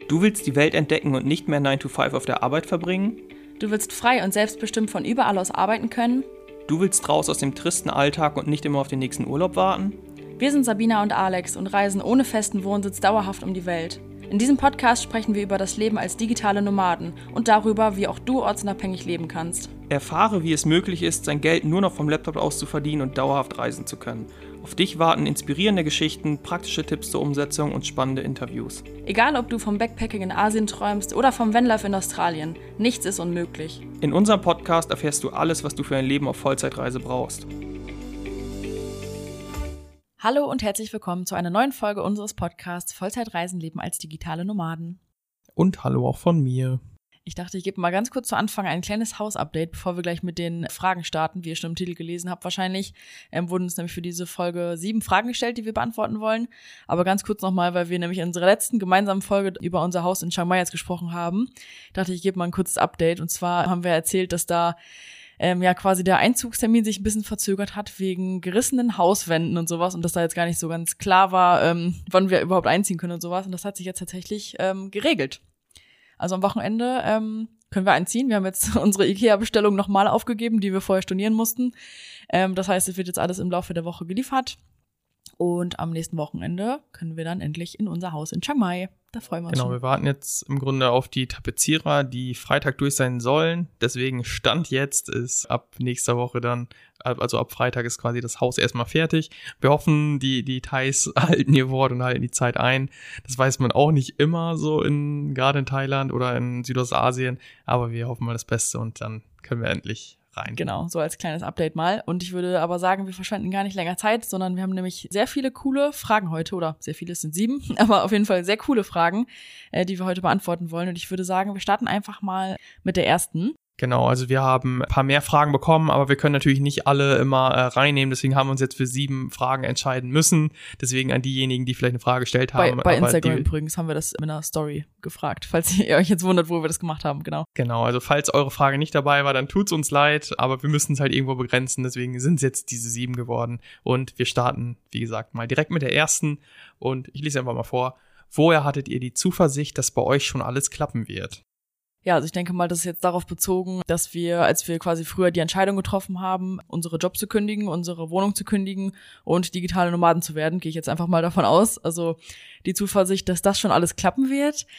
Du willst die Welt entdecken und nicht mehr 9 to 5 auf der Arbeit verbringen? Du willst frei und selbstbestimmt von überall aus arbeiten können? Du willst raus aus dem tristen Alltag und nicht immer auf den nächsten Urlaub warten? Wir sind Sabina und Alex und reisen ohne festen Wohnsitz dauerhaft um die Welt. In diesem Podcast sprechen wir über das Leben als digitale Nomaden und darüber, wie auch du ortsunabhängig leben kannst. Erfahre, wie es möglich ist, sein Geld nur noch vom Laptop aus zu verdienen und dauerhaft reisen zu können. Auf dich warten inspirierende Geschichten, praktische Tipps zur Umsetzung und spannende Interviews. Egal, ob du vom Backpacking in Asien träumst oder vom Vanlife in Australien, nichts ist unmöglich. In unserem Podcast erfährst du alles, was du für ein Leben auf Vollzeitreise brauchst. Hallo und herzlich willkommen zu einer neuen Folge unseres Podcasts Vollzeitreisen leben als digitale Nomaden. Und hallo auch von mir. Ich dachte, ich gebe mal ganz kurz zu Anfang ein kleines Hausupdate, bevor wir gleich mit den Fragen starten. Wie ihr schon im Titel gelesen habt wahrscheinlich, wurden uns nämlich für diese Folge 7 Fragen gestellt, die wir beantworten wollen. Aber ganz kurz nochmal, weil wir nämlich in unserer letzten gemeinsamen Folge über unser Haus in Chiang Mai jetzt gesprochen haben, dachte ich, gebe mal ein kurzes Update. Und zwar haben wir erzählt, dass da quasi der Einzugstermin sich ein bisschen verzögert hat wegen gerissenen Hauswänden und sowas und dass da jetzt gar nicht so ganz klar war, wann wir überhaupt einziehen können und sowas. Und das hat sich jetzt tatsächlich geregelt. Also am Wochenende können wir einziehen. Wir haben jetzt unsere IKEA-Bestellung nochmal aufgegeben, die wir vorher stornieren mussten. Das heißt, es wird jetzt alles im Laufe der Woche geliefert. Und am nächsten Wochenende können wir dann endlich in unser Haus in Chiang Mai. Da freuen wir uns schon. Genau, wir warten jetzt im Grunde auf die Tapezierer, die Freitag durch sein sollen. Deswegen Stand jetzt ist ab nächster Woche dann, also ab Freitag ist quasi das Haus erstmal fertig. Wir hoffen, die Thais halten ihr Wort und halten die Zeit ein. Das weiß man auch nicht immer so gerade in Thailand oder in Südostasien. Aber wir hoffen mal das Beste und dann können wir endlich rein. Genau, so als kleines Update mal. Und ich würde aber sagen, wir verschwenden gar nicht länger Zeit, sondern wir haben nämlich sehr viele coole Fragen heute, oder sehr viele, es sind 7, aber auf jeden Fall sehr coole Fragen, die wir heute beantworten wollen. Und ich würde sagen, wir starten einfach mal mit der ersten. Genau, also wir haben ein paar mehr Fragen bekommen, aber wir können natürlich nicht alle immer reinnehmen, deswegen haben wir uns jetzt für 7 Fragen entscheiden müssen. Deswegen an diejenigen, die vielleicht eine Frage gestellt haben. Bei Instagram übrigens haben wir das in einer Story gefragt, falls ihr euch jetzt wundert, wo wir das gemacht haben, genau. Genau, also falls eure Frage nicht dabei war, dann tut's uns leid, aber wir müssen es halt irgendwo begrenzen, deswegen sind es jetzt diese 7 geworden. Und wir starten, wie gesagt, mal direkt mit der ersten und ich lese einfach mal vor. Woher hattet ihr die Zuversicht, dass bei euch schon alles klappen wird? Ja, also ich denke mal, das ist jetzt darauf bezogen, dass wir, als wir quasi früher die Entscheidung getroffen haben, unsere Job zu kündigen, unsere Wohnung zu kündigen und digitale Nomaden zu werden, gehe ich jetzt einfach mal davon aus. Also die Zuversicht, dass das schon alles klappen wird,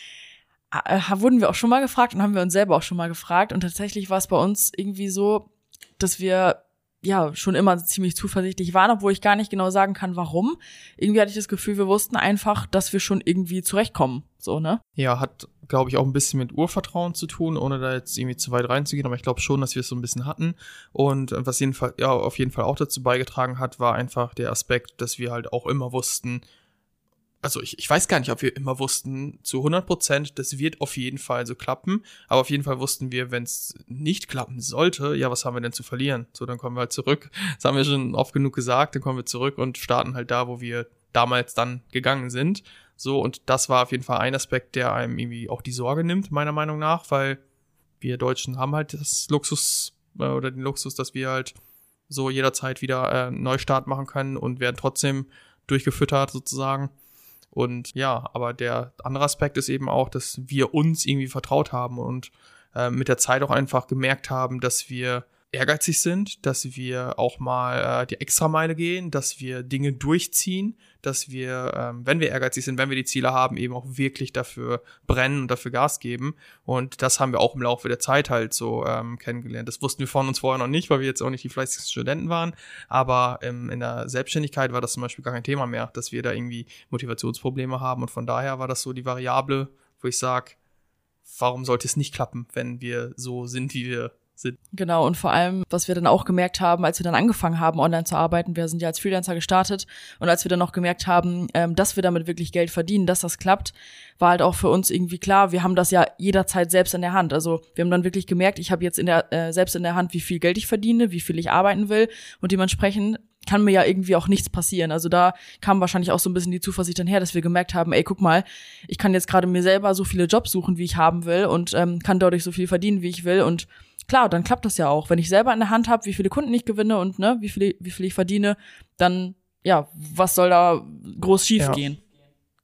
wurden wir auch schon mal gefragt und haben wir uns selber auch schon mal gefragt. Und tatsächlich war es bei uns irgendwie so, dass wir ja schon immer ziemlich zuversichtlich waren, obwohl ich gar nicht genau sagen kann, warum. Irgendwie hatte ich das Gefühl, wir wussten einfach, dass wir schon irgendwie zurechtkommen. So, ne? Ja, hat, glaube ich, auch ein bisschen mit Urvertrauen zu tun, ohne da jetzt irgendwie zu weit reinzugehen, aber ich glaube schon, dass wir es so ein bisschen hatten. Und was auf jeden Fall auch dazu beigetragen hat, war einfach der Aspekt, dass wir halt auch immer wussten, also ich weiß gar nicht, ob wir immer wussten zu 100%, das wird auf jeden Fall so klappen, aber auf jeden Fall wussten wir, wenn es nicht klappen sollte, ja, was haben wir denn zu verlieren? So, dann kommen wir halt zurück. Das haben wir schon oft genug gesagt, dann kommen wir zurück und starten halt da, wo wir damals dann gegangen sind. So, und das war auf jeden Fall ein Aspekt, der einem irgendwie auch die Sorge nimmt, meiner Meinung nach, weil wir Deutschen haben halt das Luxus oder den Luxus, dass wir halt so jederzeit wieder einen Neustart machen können und werden trotzdem durchgefüttert sozusagen. Und ja, aber der andere Aspekt ist eben auch, dass wir uns irgendwie vertraut haben und mit der Zeit auch einfach gemerkt haben, dass wir ehrgeizig sind, dass wir auch mal die Extrameile gehen, dass wir Dinge durchziehen, dass wir, wenn wir ehrgeizig sind, wenn wir die Ziele haben, eben auch wirklich dafür brennen und dafür Gas geben. Und das haben wir auch im Laufe der Zeit halt so kennengelernt. Das wussten wir von uns vorher noch nicht, weil wir jetzt auch nicht die fleißigsten Studenten waren. Aber in der Selbstständigkeit war das zum Beispiel gar kein Thema mehr, dass wir da irgendwie Motivationsprobleme haben. Und von daher war das so die Variable, wo ich sage, warum sollte es nicht klappen, wenn wir so sind, wie wir sind. Genau, und vor allem, was wir dann auch gemerkt haben, als wir dann angefangen haben, online zu arbeiten, wir sind ja als Freelancer gestartet und als wir dann noch gemerkt haben, dass wir damit wirklich Geld verdienen, dass das klappt, war halt auch für uns irgendwie klar, wir haben das ja jederzeit selbst in der Hand. Also wir haben dann wirklich gemerkt, ich habe jetzt selbst in der Hand, wie viel Geld ich verdiene, wie viel ich arbeiten will und dementsprechend kann mir ja irgendwie auch nichts passieren. Also da kam wahrscheinlich auch so ein bisschen die Zuversicht dann her, dass wir gemerkt haben, ey, guck mal, ich kann jetzt gerade mir selber so viele Jobs suchen, wie ich haben will und kann dadurch so viel verdienen, wie ich will und klar, dann klappt das ja auch. Wenn ich selber in der Hand habe, wie viele Kunden ich gewinne und wie viel ich verdiene, dann, ja, was soll da groß schief gehen?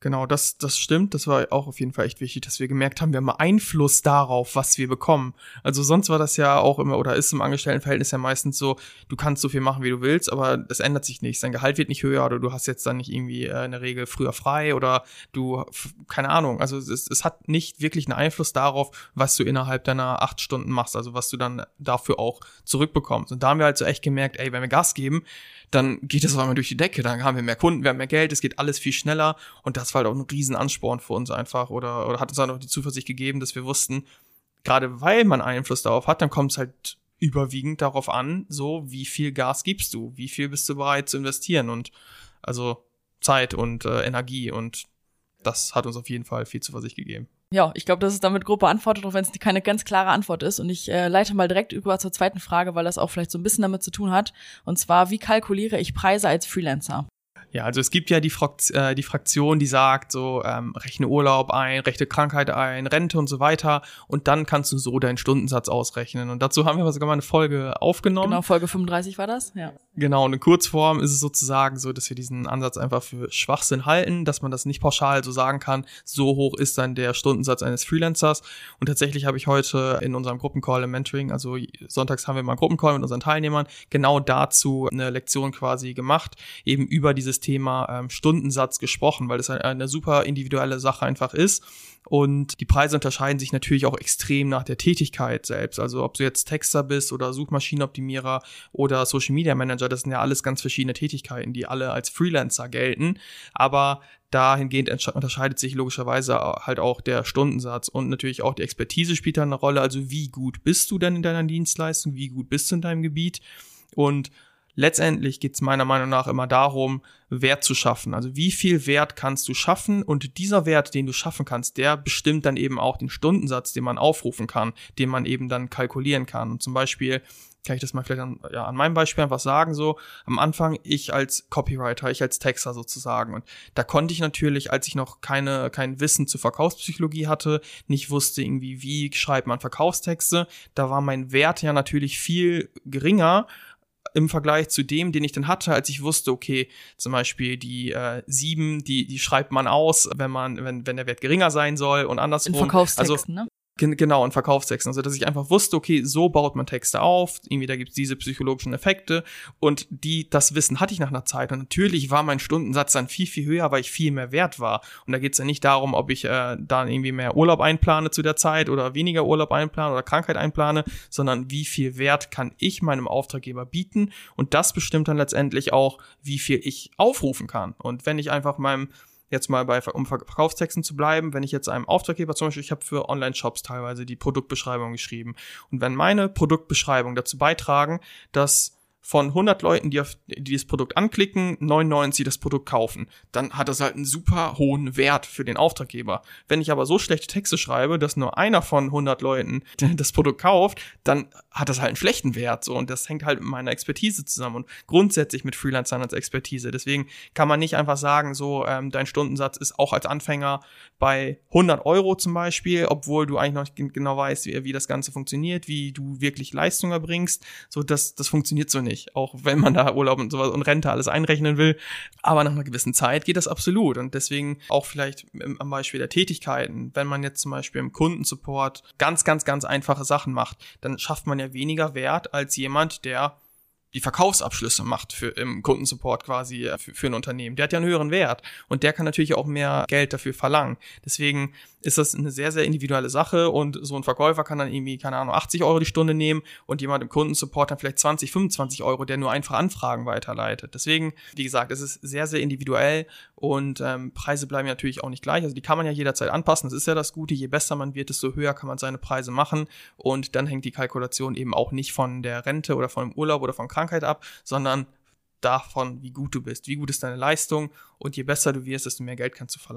Genau, das stimmt. Das war auch auf jeden Fall echt wichtig, dass wir gemerkt haben, wir haben Einfluss darauf, was wir bekommen. Also sonst war das ja auch immer, oder ist im Angestelltenverhältnis ja meistens so, du kannst so viel machen, wie du willst, aber es ändert sich nichts. Dein Gehalt wird nicht höher oder du hast jetzt dann nicht irgendwie in der Regel früher frei oder du, keine Ahnung. Also es hat nicht wirklich einen Einfluss darauf, was du innerhalb deiner 8 Stunden machst, also was du dann dafür auch zurückbekommst. Und da haben wir halt so echt gemerkt, ey, wenn wir Gas geben, dann geht das auf einmal durch die Decke, dann haben wir mehr Kunden, wir haben mehr Geld, es geht alles viel schneller und das war halt auch ein riesen Ansporn für uns einfach oder hat uns dann auch die Zuversicht gegeben, dass wir wussten, gerade weil man Einfluss darauf hat, dann kommt es halt überwiegend darauf an, so wie viel Gas gibst du, wie viel bist du bereit zu investieren und also Zeit und Energie und das hat uns auf jeden Fall viel Zuversicht gegeben. Ja, ich glaube, das ist damit grob beantwortet, auch wenn es keine ganz klare Antwort ist. Und ich leite mal direkt über zur zweiten Frage, weil das auch vielleicht so ein bisschen damit zu tun hat. Und zwar, wie kalkuliere ich Preise als Freelancer? Ja, also es gibt ja die Fraktion, die sagt so, rechne Urlaub ein, rechne Krankheit ein, Rente und so weiter und dann kannst du so deinen Stundensatz ausrechnen. Und dazu haben wir sogar mal eine Folge aufgenommen. Genau, Folge 35 war das, ja. Genau, und in Kurzform ist es sozusagen so, dass wir diesen Ansatz einfach für Schwachsinn halten, dass man das nicht pauschal so sagen kann, so hoch ist dann der Stundensatz eines Freelancers. Und tatsächlich habe ich heute in unserem Gruppencall im Mentoring, also sonntags haben wir mal einen Gruppencall mit unseren Teilnehmern, genau dazu eine Lektion quasi gemacht, eben über dieses Thema Stundensatz gesprochen, weil das eine super individuelle Sache einfach ist. Und die Preise unterscheiden sich natürlich auch extrem nach der Tätigkeit selbst. Also ob du jetzt Texter bist oder Suchmaschinenoptimierer oder Social Media Manager, das sind ja alles ganz verschiedene Tätigkeiten, die alle als Freelancer gelten. Aber dahingehend unterscheidet sich logischerweise halt auch der Stundensatz und natürlich auch die Expertise spielt da eine Rolle. Also wie gut bist du denn in deiner Dienstleistung? Wie gut bist du in deinem Gebiet? Und letztendlich geht es meiner Meinung nach immer darum, Wert zu schaffen. Also wie viel Wert kannst du schaffen? Und dieser Wert, den du schaffen kannst, der bestimmt dann eben auch den Stundensatz, den man aufrufen kann, den man eben dann kalkulieren kann. Und zum Beispiel kann ich das mal vielleicht an meinem Beispiel einfach sagen, so am Anfang ich als Copywriter, ich als Texter sozusagen und da konnte ich natürlich, als ich noch kein Wissen zur Verkaufspsychologie hatte, nicht wusste irgendwie, wie schreibt man Verkaufstexte, da war mein Wert ja natürlich viel geringer im Vergleich zu dem, den ich dann hatte, als ich wusste, okay, zum Beispiel die 7, die schreibt man aus, wenn der Wert geringer sein soll und andersrum. In Verkaufstexten, ne? Genau, in Verkaufstexten. Also, dass ich einfach wusste, okay, so baut man Texte auf, irgendwie da gibt's diese psychologischen Effekte und das Wissen hatte ich nach einer Zeit und natürlich war mein Stundensatz dann viel, viel höher, weil ich viel mehr wert war. Und da geht's ja nicht darum, ob ich dann irgendwie mehr Urlaub einplane zu der Zeit oder weniger Urlaub einplane oder Krankheit einplane, sondern wie viel Wert kann ich meinem Auftraggeber bieten und das bestimmt dann letztendlich auch, wie viel ich aufrufen kann. Und wenn ich einfach jetzt mal um Verkaufstexten zu bleiben, wenn ich jetzt einem Auftraggeber, zum Beispiel, ich habe für Online-Shops teilweise die Produktbeschreibung geschrieben und wenn meine Produktbeschreibung dazu beitragen, dass von 100 Leuten, die das Produkt anklicken, 99 das Produkt kaufen, dann hat das halt einen super hohen Wert für den Auftraggeber. Wenn ich aber so schlechte Texte schreibe, dass nur einer von 100 Leuten das Produkt kauft, dann hat das halt einen schlechten Wert, so, und das hängt halt mit meiner Expertise zusammen und grundsätzlich mit Freelancern als Expertise. Deswegen kann man nicht einfach sagen, so, dein Stundensatz ist auch als Anfänger bei 100 Euro zum Beispiel, obwohl du eigentlich noch nicht genau weißt, wie das Ganze funktioniert, wie du wirklich Leistung erbringst, so, das funktioniert so nicht. Auch wenn man da Urlaub und sowas und Rente alles einrechnen will. Aber nach einer gewissen Zeit geht das absolut. Und deswegen auch vielleicht am Beispiel der Tätigkeiten. Wenn man jetzt zum Beispiel im Kundensupport ganz, ganz, ganz einfache Sachen macht, dann schafft man ja weniger Wert als jemand, der die Verkaufsabschlüsse macht im Kundensupport quasi für ein Unternehmen. Der hat ja einen höheren Wert und der kann natürlich auch mehr Geld dafür verlangen. Deswegen ist das eine sehr, sehr individuelle Sache und so ein Verkäufer kann dann irgendwie, keine Ahnung, 80 Euro die Stunde nehmen und jemand im Kundensupport dann vielleicht 20, 25 Euro, der nur einfach Anfragen weiterleitet. Deswegen, wie gesagt, es ist sehr, sehr individuell und Preise bleiben natürlich auch nicht gleich. Also die kann man ja jederzeit anpassen. Das ist ja das Gute. Je besser man wird, desto höher kann man seine Preise machen und dann hängt die Kalkulation eben auch nicht von der Rente oder von dem Urlaub oder von Krankheit ab, sondern davon, wie gut du bist. Wie gut ist deine Leistung und je besser du wirst, desto mehr Geld kannst du verlangen.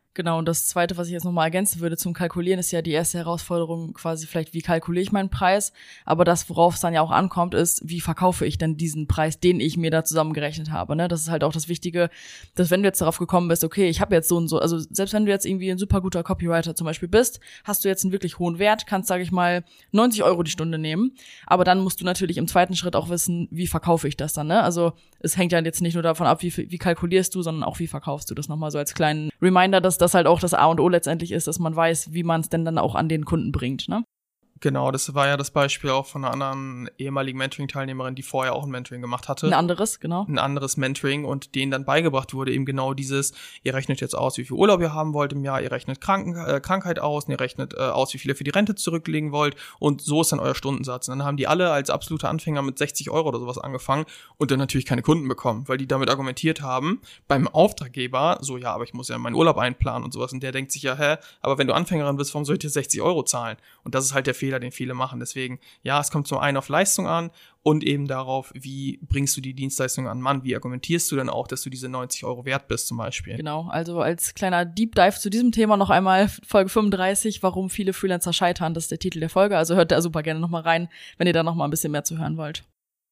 Genau, und das Zweite, was ich jetzt nochmal ergänzen würde zum Kalkulieren, ist ja die erste Herausforderung quasi vielleicht, wie kalkuliere ich meinen Preis? Aber das, worauf es dann ja auch ankommt, ist, wie verkaufe ich denn diesen Preis, den ich mir da zusammengerechnet habe, ne? Das ist halt auch das Wichtige, dass wenn du jetzt darauf gekommen bist, okay, ich habe jetzt so und so, also selbst wenn du jetzt irgendwie ein super guter Copywriter zum Beispiel bist, hast du jetzt einen wirklich hohen Wert, kannst, sage ich mal, 90 € die Stunde nehmen, aber dann musst du natürlich im zweiten Schritt auch wissen, wie verkaufe ich das dann, ne? Also es hängt ja jetzt nicht nur davon ab, wie kalkulierst du, sondern auch, wie verkaufst du das nochmal so als kleinen Reminder, dass das halt auch das A und O letztendlich ist, dass man weiß, wie man es denn dann auch an den Kunden bringt, ne? Genau, das war ja das Beispiel auch von einer anderen ehemaligen Mentoring-Teilnehmerin, die vorher auch ein Mentoring gemacht hatte. Ein anderes, genau. Ein anderes Mentoring und denen dann beigebracht wurde eben genau dieses, ihr rechnet jetzt aus, wie viel Urlaub ihr haben wollt im Jahr, ihr rechnet Krankheit aus, ihr rechnet aus, wie viel ihr für die Rente zurücklegen wollt und so ist dann euer Stundensatz. Und dann haben die alle als absolute Anfänger mit 60 € oder sowas angefangen und dann natürlich keine Kunden bekommen, weil die damit argumentiert haben, beim Auftraggeber, so ja, aber ich muss ja meinen Urlaub einplanen und sowas und der denkt sich ja, aber wenn du Anfängerin bist, warum soll ich dir 60 € zahlen? Und das ist halt der Fehler, den viele machen. Deswegen, ja, es kommt zum einen auf Leistung an und eben darauf, wie bringst du die Dienstleistung an den Mann, wie argumentierst du denn auch, dass du diese 90 € wert bist zum Beispiel. Genau, also als kleiner Deep Dive zu diesem Thema noch einmal Folge 35, warum viele Freelancer scheitern, das ist der Titel der Folge, also hört da super gerne nochmal rein, wenn ihr da nochmal ein bisschen mehr zu hören wollt.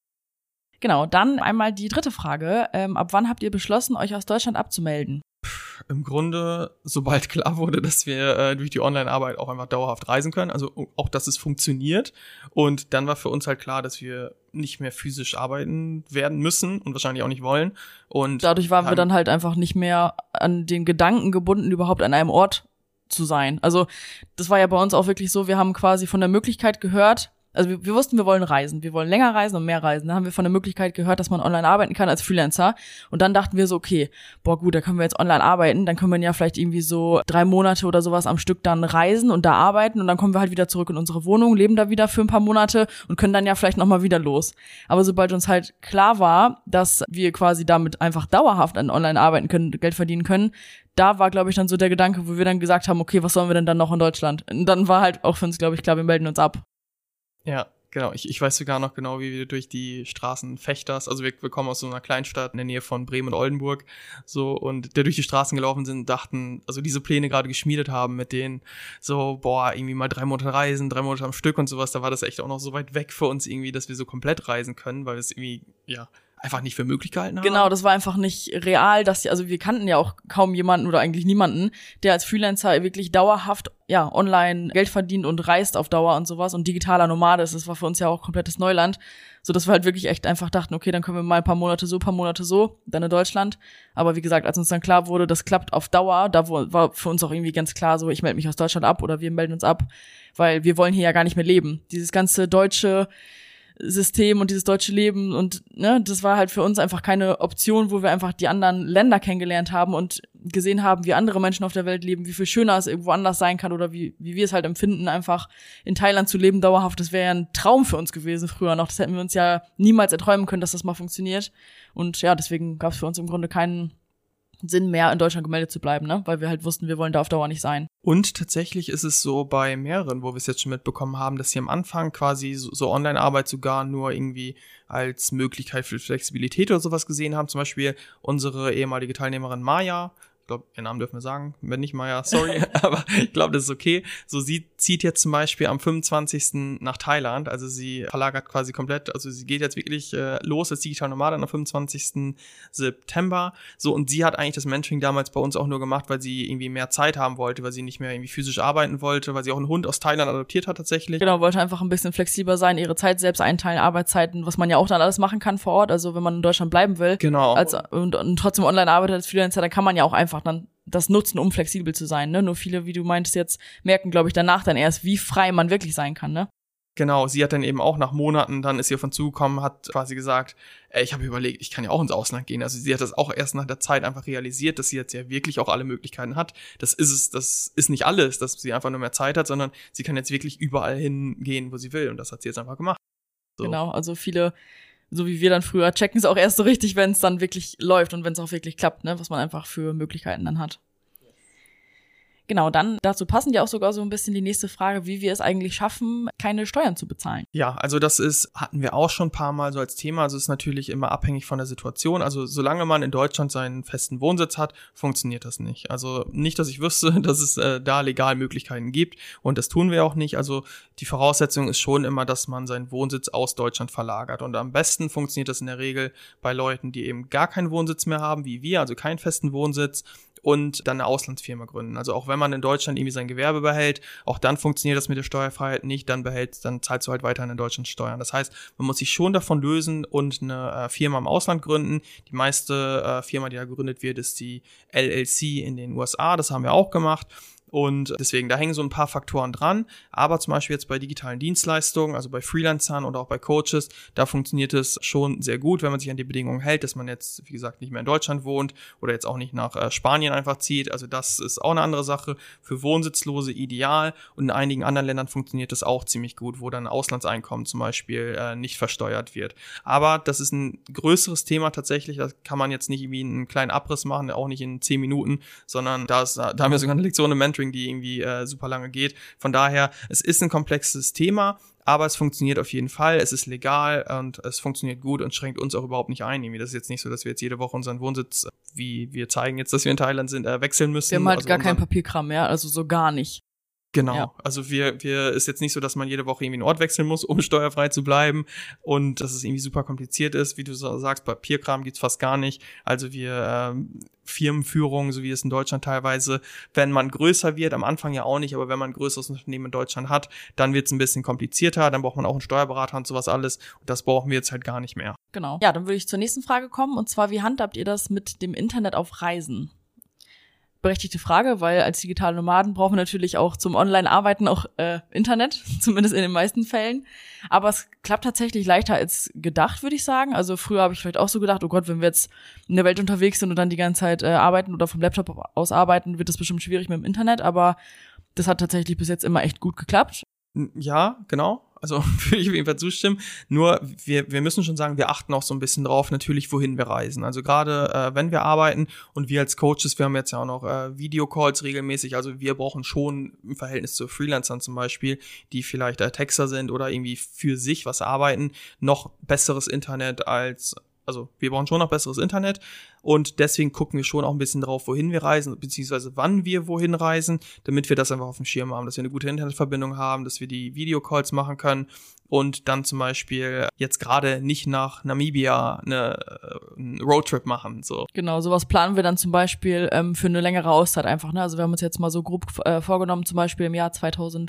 Genau, dann einmal die dritte Frage, ab wann habt ihr beschlossen, euch aus Deutschland abzumelden? Im Grunde, sobald klar wurde, dass wir durch die Online-Arbeit auch einfach dauerhaft reisen können, also auch, dass es funktioniert. Und dann war für uns halt klar, dass wir nicht mehr physisch arbeiten werden müssen und wahrscheinlich auch nicht wollen. Und dadurch waren wir dann halt einfach nicht mehr an den Gedanken gebunden, überhaupt an einem Ort zu sein. Also das war ja bei uns auch wirklich so, wir haben quasi von der Möglichkeit gehört, also wir wussten, wir wollen reisen, wir wollen länger reisen und mehr reisen. Dann haben wir von der Möglichkeit gehört, dass man online arbeiten kann als Freelancer. Und dann dachten wir so, okay, gut, da können wir jetzt online arbeiten, dann können wir ja vielleicht irgendwie so 3 Monate oder sowas am Stück dann reisen und da arbeiten und dann kommen wir halt wieder zurück in unsere Wohnung, leben da wieder für ein paar Monate und können dann ja vielleicht nochmal wieder los. Aber sobald uns halt klar war, dass wir quasi damit einfach dauerhaft an online arbeiten können, Geld verdienen können, da war, glaube ich, dann so der Gedanke, wo wir dann gesagt haben, okay, was sollen wir denn dann noch in Deutschland? Und dann war halt auch für uns, glaube ich, klar, wir melden uns ab. Ja, genau. Ich weiß sogar noch genau, wie wir durch die Straßen Vechters, also wir kommen aus so einer Kleinstadt in der Nähe von Bremen und Oldenburg, so, und der durch die Straßen gelaufen sind, dachten, also diese Pläne gerade geschmiedet haben mit denen, so, irgendwie mal 3 Monate reisen, 3 Monate am Stück und sowas, da war das echt auch noch so weit weg für uns irgendwie, dass wir so komplett reisen können, weil wir es irgendwie, einfach nicht für möglich gehalten haben. Genau, das war einfach nicht real, also wir kannten ja auch kaum jemanden oder eigentlich niemanden, der als Freelancer wirklich dauerhaft, online Geld verdient und reist auf Dauer und sowas und digitaler Nomade ist. Das war für uns ja auch komplettes Neuland, so dass wir halt wirklich echt einfach dachten, okay, dann können wir mal ein paar Monate so, dann in Deutschland. Aber wie gesagt, als uns dann klar wurde, das klappt auf Dauer, war für uns auch irgendwie ganz klar so, ich melde mich aus Deutschland ab oder wir melden uns ab, weil wir wollen hier ja gar nicht mehr leben. Dieses ganze deutsche System und dieses deutsche Leben und das war halt für uns einfach keine Option, wo wir einfach die anderen Länder kennengelernt haben und gesehen haben, wie andere Menschen auf der Welt leben, wie viel schöner es irgendwo anders sein kann oder wie wir es halt empfinden, einfach in Thailand zu leben dauerhaft. Das wäre ja ein Traum für uns gewesen früher noch. Das hätten wir uns ja niemals erträumen können, dass das mal funktioniert. Und deswegen gab es für uns im Grunde keinen Sinn mehr, in Deutschland gemeldet zu bleiben, weil wir halt wussten, wir wollen da auf Dauer nicht sein. Und tatsächlich ist es so bei mehreren, wo wir es jetzt schon mitbekommen haben, dass sie am Anfang quasi so Online-Arbeit sogar nur irgendwie als Möglichkeit für Flexibilität oder sowas gesehen haben. Zum Beispiel unsere ehemalige Teilnehmerin Maya, ich glaube, ihren Namen dürfen wir sagen, wenn nicht Maya, sorry, aber ich glaube, das ist okay. So, sie zieht jetzt zum Beispiel am 25. nach Thailand, also sie verlagert quasi komplett, also sie geht jetzt wirklich los als digitale Nomadin am 25. September, so, und sie hat eigentlich das Mentoring damals bei uns auch nur gemacht, weil sie irgendwie mehr Zeit haben wollte, weil sie nicht mehr irgendwie physisch arbeiten wollte, weil sie auch einen Hund aus Thailand adoptiert hat tatsächlich. Genau, wollte einfach ein bisschen flexibler sein, ihre Zeit selbst einteilen, Arbeitszeiten, was man ja auch dann alles machen kann vor Ort, also wenn man in Deutschland bleiben will. Genau. Und trotzdem online arbeitet als Freelancer, dann kann man ja auch einfach dann das nutzen, um flexibel zu sein, Nur viele, wie du meintest jetzt, merken, glaube ich, danach dann erst, wie frei man wirklich sein kann, Genau, sie hat dann eben auch nach Monaten, dann ist sie auf uns zugekommen, hat quasi gesagt, ich habe überlegt, ich kann ja auch ins Ausland gehen. Also sie hat das auch erst nach der Zeit einfach realisiert, dass sie jetzt ja wirklich auch alle Möglichkeiten hat. Das ist nicht alles, dass sie einfach nur mehr Zeit hat, sondern sie kann jetzt wirklich überall hingehen, wo sie will. Und das hat sie jetzt einfach gemacht. So. Genau, also viele, so wie wir dann früher, checken es auch erst so richtig, wenn es dann wirklich läuft und wenn es auch wirklich klappt, was man einfach für Möglichkeiten dann hat. Genau, dann dazu passend ja auch sogar so ein bisschen die nächste Frage, wie wir es eigentlich schaffen, keine Steuern zu bezahlen. Ja, also hatten wir auch schon ein paar Mal so als Thema. Also es ist natürlich immer abhängig von der Situation. Also solange man in Deutschland seinen festen Wohnsitz hat, funktioniert das nicht. Also nicht, dass ich wüsste, dass es da legal Möglichkeiten gibt, und das tun wir auch nicht. Also die Voraussetzung ist schon immer, dass man seinen Wohnsitz aus Deutschland verlagert, und am besten funktioniert das in der Regel bei Leuten, die eben gar keinen Wohnsitz mehr haben, wie wir, also keinen festen Wohnsitz, und dann eine Auslandsfirma gründen. Also auch wenn man in Deutschland irgendwie sein Gewerbe behält, auch dann funktioniert das mit der Steuerfreiheit nicht, dann zahlst du halt weiterhin in Deutschland Steuern. Das heißt, man muss sich schon davon lösen und eine Firma im Ausland gründen. Die meiste Firma, die da gegründet wird, ist die LLC in den USA. Das haben wir auch gemacht. Und deswegen, da hängen so ein paar Faktoren dran. Aber zum Beispiel jetzt bei digitalen Dienstleistungen, also bei Freelancern oder auch bei Coaches, da funktioniert es schon sehr gut, wenn man sich an die Bedingungen hält, dass man jetzt, wie gesagt, nicht mehr in Deutschland wohnt oder jetzt auch nicht nach Spanien einfach zieht. Also das ist auch eine andere Sache. Für Wohnsitzlose ideal, und in einigen anderen Ländern funktioniert das auch ziemlich gut, wo dann Auslandseinkommen zum Beispiel nicht versteuert wird. Aber das ist ein größeres Thema tatsächlich. Da kann man jetzt nicht irgendwie einen kleinen Abriss machen, auch nicht in 10 Minuten, sondern da haben wir sogar eine Lektion im Mentoring, die irgendwie super lange geht. Von daher, es ist ein komplexes Thema, aber es funktioniert auf jeden Fall. Es ist legal und es funktioniert gut und schränkt uns auch überhaupt nicht ein. Irgendwie. Das ist jetzt nicht so, dass wir jetzt jede Woche unseren Wohnsitz, wie wir zeigen jetzt, dass wir in Thailand sind, wechseln müssen. Wir haben halt gar kein Papierkram mehr, also so gar nicht. Genau, ja. Also ist jetzt nicht so, dass man jede Woche irgendwie einen Ort wechseln muss, um steuerfrei zu bleiben, und dass es irgendwie super kompliziert ist. Wie du sagst, Papierkram gibt's fast gar nicht. Also Firmenführung, so wie es in Deutschland teilweise, wenn man größer wird, am Anfang ja auch nicht, aber wenn man ein größeres Unternehmen in Deutschland hat, dann wird's ein bisschen komplizierter, dann braucht man auch einen Steuerberater und sowas alles, und das brauchen wir jetzt halt gar nicht mehr. Genau. Ja, dann würde ich zur nächsten Frage kommen, und zwar, wie handhabt ihr das mit dem Internet auf Reisen? Berechtigte Frage, weil als digitale Nomaden brauchen wir natürlich auch zum Online-Arbeiten auch Internet, zumindest in den meisten Fällen. Aber es klappt tatsächlich leichter als gedacht, würde ich sagen. Also früher habe ich vielleicht auch so gedacht, oh Gott, wenn wir jetzt in der Welt unterwegs sind und dann die ganze Zeit arbeiten oder vom Laptop aus arbeiten, wird das bestimmt schwierig mit dem Internet. Aber das hat tatsächlich bis jetzt immer echt gut geklappt. Ja, genau. Also würde ich auf jeden Fall zustimmen. Nur wir müssen schon sagen, wir achten auch so ein bisschen drauf, natürlich, wohin wir reisen. Also gerade wenn wir arbeiten, und wir als Coaches, wir haben jetzt ja auch noch Videocalls regelmäßig. Also wir brauchen schon im Verhältnis zu Freelancern zum Beispiel, die vielleicht Texter sind oder irgendwie für sich was arbeiten, noch besseres Internet also wir brauchen schon noch besseres Internet, und deswegen gucken wir schon auch ein bisschen drauf, wohin wir reisen, beziehungsweise wann wir wohin reisen, damit wir das einfach auf dem Schirm haben, dass wir eine gute Internetverbindung haben, dass wir die Videocalls machen können und dann zum Beispiel jetzt gerade nicht nach Namibia einen Roadtrip machen. So. Genau, sowas planen wir dann zum Beispiel für eine längere Auszeit einfach. Ne? Also wir haben uns jetzt mal so grob vorgenommen, zum Beispiel im Jahr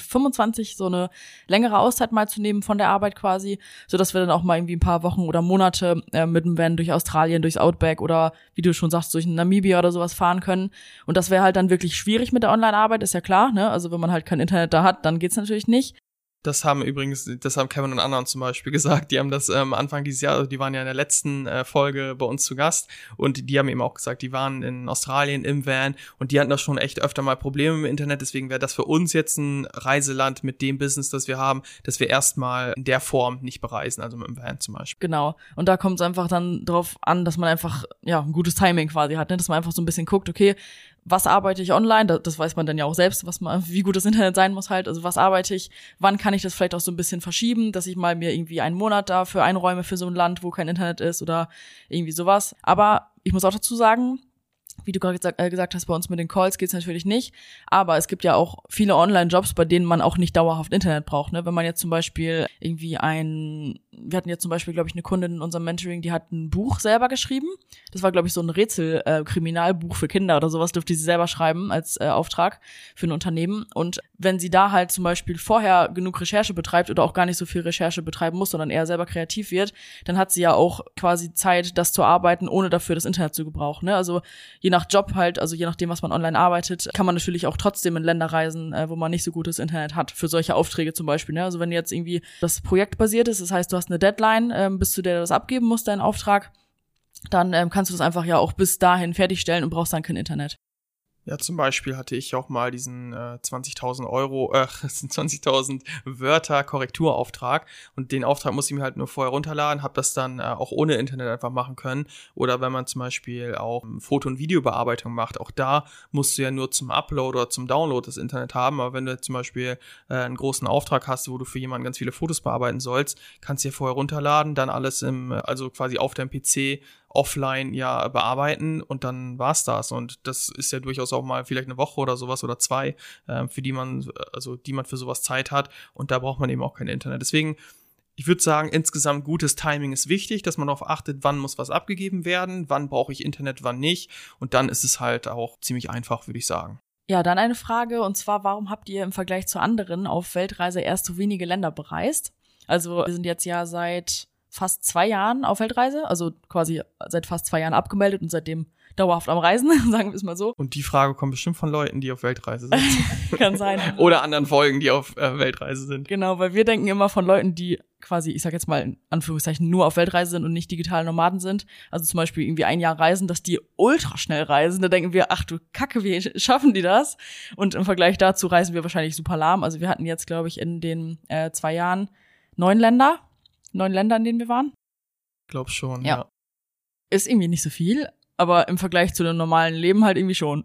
2025 so eine längere Auszeit mal zu nehmen von der Arbeit quasi, sodass wir dann auch mal irgendwie ein paar Wochen oder Monate mit dem Van durch Australien, durchs Outback oder, wie du schon sagst, durch Namibia oder sowas fahren können. Und das wäre halt dann wirklich schwierig mit der Online-Arbeit, ist ja klar. Ne? Also wenn man halt kein Internet da hat, dann geht's natürlich nicht. Das haben Kevin und Anna zum Beispiel gesagt. Die haben das Anfang dieses Jahres, also die waren ja in der letzten Folge bei uns zu Gast, und die haben eben auch gesagt, die waren in Australien im Van, und die hatten da schon echt öfter mal Probleme mit dem Internet. Deswegen wäre das für uns jetzt ein Reiseland mit dem Business, das wir haben, dass wir erstmal in der Form nicht bereisen, also mit dem Van zum Beispiel. Genau. Und da kommt es einfach dann drauf an, dass man einfach ein gutes Timing quasi hat, ne? Dass man einfach so ein bisschen guckt, okay, was arbeite ich online? Das weiß man dann ja auch selbst, wie gut das Internet sein muss halt. Also was arbeite ich? Wann kann ich das vielleicht auch so ein bisschen verschieben, dass ich mal mir irgendwie einen Monat dafür einräume für so ein Land, wo kein Internet ist oder irgendwie sowas. Aber ich muss auch dazu sagen, wie du gerade gesagt hast, bei uns mit den Calls geht's natürlich nicht, aber es gibt ja auch viele Online-Jobs, bei denen man auch nicht dauerhaft Internet braucht, ne? Wenn man jetzt zum Beispiel irgendwie wir hatten jetzt zum Beispiel, glaube ich, eine Kundin in unserem Mentoring, die hat ein Buch selber geschrieben. Das war, glaube ich, so ein Rätsel-Kriminalbuch für Kinder oder sowas, dürfte sie selber schreiben als Auftrag für ein Unternehmen. Und wenn sie da halt zum Beispiel vorher genug Recherche betreibt oder auch gar nicht so viel Recherche betreiben muss, sondern eher selber kreativ wird, dann hat sie ja auch quasi Zeit, das zu arbeiten, ohne dafür das Internet zu gebrauchen, ne? Also je nach Job halt, also je nachdem, was man online arbeitet, kann man natürlich auch trotzdem in Länder reisen, wo man nicht so gutes Internet hat, für solche Aufträge zum Beispiel, ne? Also wenn jetzt irgendwie das Projekt basiert ist, das heißt, du hast eine Deadline, bis zu der du das abgeben musst, deinen Auftrag, dann kannst du das einfach ja auch bis dahin fertigstellen und brauchst dann kein Internet. Ja, zum Beispiel hatte ich auch mal diesen 20.000 Euro, 20.000 Wörter Korrekturauftrag und den Auftrag musste ich mir halt nur vorher runterladen, habe das dann auch ohne Internet einfach machen können. Oder wenn man zum Beispiel auch Foto- und Videobearbeitung macht, auch da musst du ja nur zum Upload oder zum Download das Internet haben. Aber wenn du jetzt zum Beispiel einen großen Auftrag hast, wo du für jemanden ganz viele Fotos bearbeiten sollst, kannst du ja vorher runterladen, dann alles also quasi auf deinem PC offline ja bearbeiten und dann war's das. Und das ist ja durchaus auch mal vielleicht eine Woche oder sowas oder 2, für die man für sowas Zeit hat. Und da braucht man eben auch kein Internet. Deswegen, ich würde sagen, insgesamt gutes Timing ist wichtig, dass man darauf achtet, wann muss was abgegeben werden, wann brauche ich Internet, wann nicht. Und dann ist es halt auch ziemlich einfach, würde ich sagen. Ja, dann eine Frage, und zwar, warum habt ihr im Vergleich zu anderen auf Weltreise erst so wenige Länder bereist? Also wir sind jetzt ja seit fast 2 Jahren auf Weltreise, also quasi seit fast 2 Jahren abgemeldet und seitdem dauerhaft am Reisen, sagen wir es mal so. Und die Frage kommt bestimmt von Leuten, die auf Weltreise sind. Kann sein. Oder anderen Folgen, die auf Weltreise sind. Genau, weil wir denken immer von Leuten, die quasi, ich sag jetzt mal in Anführungszeichen, nur auf Weltreise sind und nicht digitale Nomaden sind, also zum Beispiel irgendwie 1 Jahr reisen, dass die ultra schnell reisen. Da denken wir, ach du Kacke, wie schaffen die das? Und im Vergleich dazu reisen wir wahrscheinlich super lahm. Also wir hatten jetzt, glaube ich, in den 2 Jahren 9 Länder, in denen wir waren. Glaub schon, ja. Ist irgendwie nicht so viel, aber im Vergleich zu einem normalen Leben halt irgendwie schon.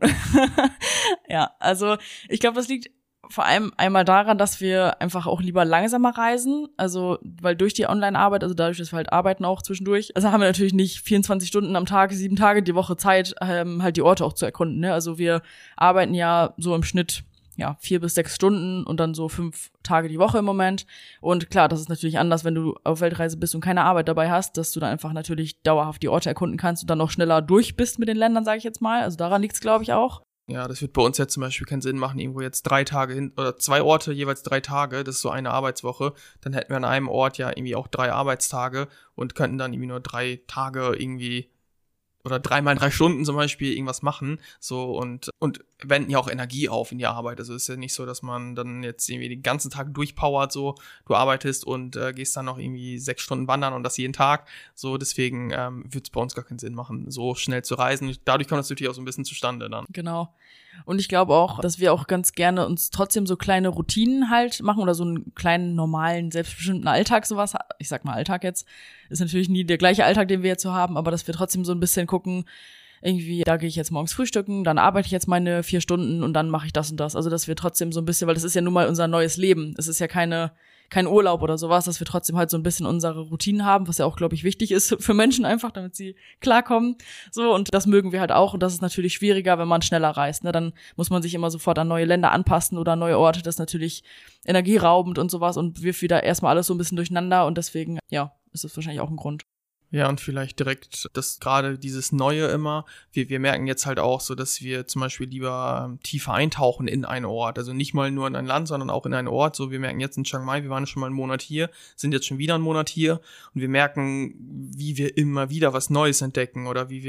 Ja, also ich glaube, das liegt vor allem einmal daran, dass wir einfach auch lieber langsamer reisen, also weil durch die Online-Arbeit, also dadurch, dass wir halt arbeiten auch zwischendurch, also haben wir natürlich nicht 24 Stunden am Tag, 7 Tage die Woche Zeit, halt die Orte auch zu erkunden, ne? Also wir arbeiten ja so im Schnitt 4 bis 6 Stunden und dann so 5 Tage die Woche im Moment. Und klar, das ist natürlich anders, wenn du auf Weltreise bist und keine Arbeit dabei hast, dass du dann einfach natürlich dauerhaft die Orte erkunden kannst und dann noch schneller durch bist mit den Ländern, sage ich jetzt mal. Also daran liegt's, glaube ich, auch. Ja, das wird bei uns jetzt zum Beispiel keinen Sinn machen, irgendwo jetzt 3 Tage hin, oder 2 Orte, jeweils 3 Tage, das ist so eine Arbeitswoche, dann hätten wir an einem Ort ja irgendwie auch 3 Arbeitstage und könnten dann irgendwie nur 3 Tage irgendwie oder 3 mal 3 Stunden zum Beispiel irgendwas machen, so und wenden ja auch Energie auf in die Arbeit. Also ist ja nicht so, dass man dann jetzt irgendwie den ganzen Tag durchpowert, so du arbeitest und gehst dann noch irgendwie 6 Stunden wandern und das jeden Tag. So, deswegen wird es bei uns gar keinen Sinn machen, so schnell zu reisen. Dadurch kommt das natürlich auch so ein bisschen zustande dann. Genau. Und ich glaube auch, dass wir auch ganz gerne uns trotzdem so kleine Routinen halt machen oder so einen kleinen, normalen, selbstbestimmten Alltag, sowas. Ich sag mal Alltag jetzt. Ist natürlich nie der gleiche Alltag, den wir jetzt so haben, aber dass wir trotzdem so ein bisschen gucken, irgendwie, da gehe ich jetzt morgens frühstücken, dann arbeite ich jetzt meine 4 Stunden und dann mache ich das und das. Also, dass wir trotzdem so ein bisschen, weil das ist ja nun mal unser neues Leben. Es ist ja kein Urlaub oder sowas, dass wir trotzdem halt so ein bisschen unsere Routinen haben, was ja auch, glaube ich, wichtig ist für Menschen einfach, damit sie klarkommen. So, und das mögen wir halt auch. Und das ist natürlich schwieriger, wenn man schneller reist. Ne? Dann muss man sich immer sofort an neue Länder anpassen oder neue Orte. Das ist natürlich energieraubend und sowas und wirft wieder erstmal alles so ein bisschen durcheinander. Und deswegen, ist das wahrscheinlich auch ein Grund. Ja, und vielleicht direkt das gerade dieses Neue immer. Wir merken jetzt halt auch so, dass wir zum Beispiel lieber tiefer eintauchen in einen Ort. Also nicht mal nur in ein Land, sondern auch in einen Ort. So, wir merken jetzt in Chiang Mai, wir waren schon mal einen Monat hier, sind jetzt schon wieder einen Monat hier und wir merken, wie wir immer wieder was Neues entdecken oder wie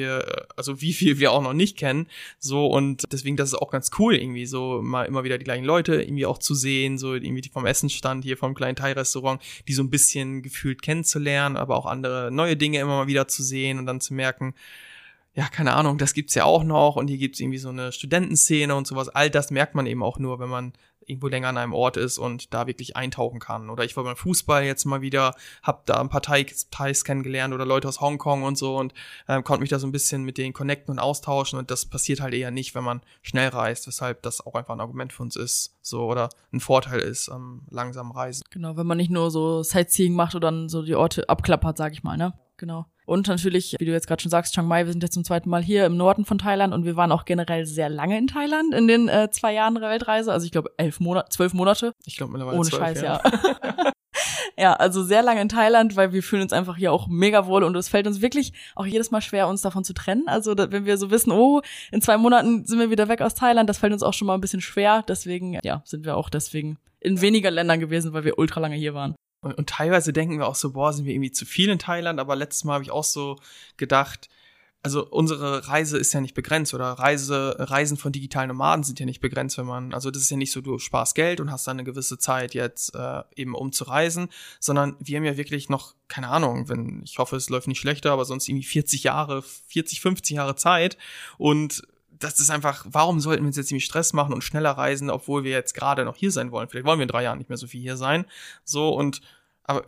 viel wir auch noch nicht kennen. So, und deswegen, das ist auch ganz cool irgendwie, so mal immer wieder die gleichen Leute irgendwie auch zu sehen, so irgendwie vom Essensstand hier vom kleinen Thai-Restaurant, die so ein bisschen gefühlt kennenzulernen, aber auch andere neue Dinge immer mal wieder zu sehen und dann zu merken, ja, keine Ahnung, das gibt's ja auch noch und hier gibt's irgendwie so eine Studentenszene und sowas. All das merkt man eben auch nur, wenn man irgendwo länger an einem Ort ist und da wirklich eintauchen kann. Oder ich war beim Fußball jetzt mal wieder, hab da ein paar Thais kennengelernt oder Leute aus Hongkong und so und konnte mich da so ein bisschen mit denen connecten und austauschen und das passiert halt eher nicht, wenn man schnell reist, weshalb das auch einfach ein Argument für uns ist, so, oder ein Vorteil ist am langsamen Reisen. Genau, wenn man nicht nur so Sightseeing macht oder dann so die Orte abklappert, sag ich mal, ne? Genau. Und natürlich, wie du jetzt gerade schon sagst, Chiang Mai, wir sind jetzt zum 2. Mal hier im Norden von Thailand und wir waren auch generell sehr lange in Thailand in den 2 Jahren der Weltreise. Also ich glaube 12 Monate. Ich glaube mittlerweile ohne 12, Scheiß, ja. Ja, also sehr lange in Thailand, weil wir fühlen uns einfach hier auch mega wohl und es fällt uns wirklich auch jedes Mal schwer, uns davon zu trennen. Also wenn wir so wissen, in 2 Monaten sind wir wieder weg aus Thailand, das fällt uns auch schon mal ein bisschen schwer. Deswegen, sind wir auch in weniger Ländern gewesen, weil wir ultra lange hier waren. Und teilweise denken wir auch so, sind wir irgendwie zu viel in Thailand, aber letztes Mal habe ich auch so gedacht, also unsere Reise ist ja nicht begrenzt oder Reisen von digitalen Nomaden sind ja nicht begrenzt, also das ist ja nicht so, du sparst Geld und hast dann eine gewisse Zeit jetzt eben um zu reisen, sondern wir haben ja wirklich noch, keine Ahnung, ich hoffe, es läuft nicht schlechter, aber sonst irgendwie 40, 50 Jahre Zeit und das ist einfach, warum sollten wir uns jetzt ziemlich Stress machen und schneller reisen, obwohl wir jetzt gerade noch hier sein wollen? Vielleicht wollen wir in 3 Jahren nicht mehr so viel hier sein. So, aber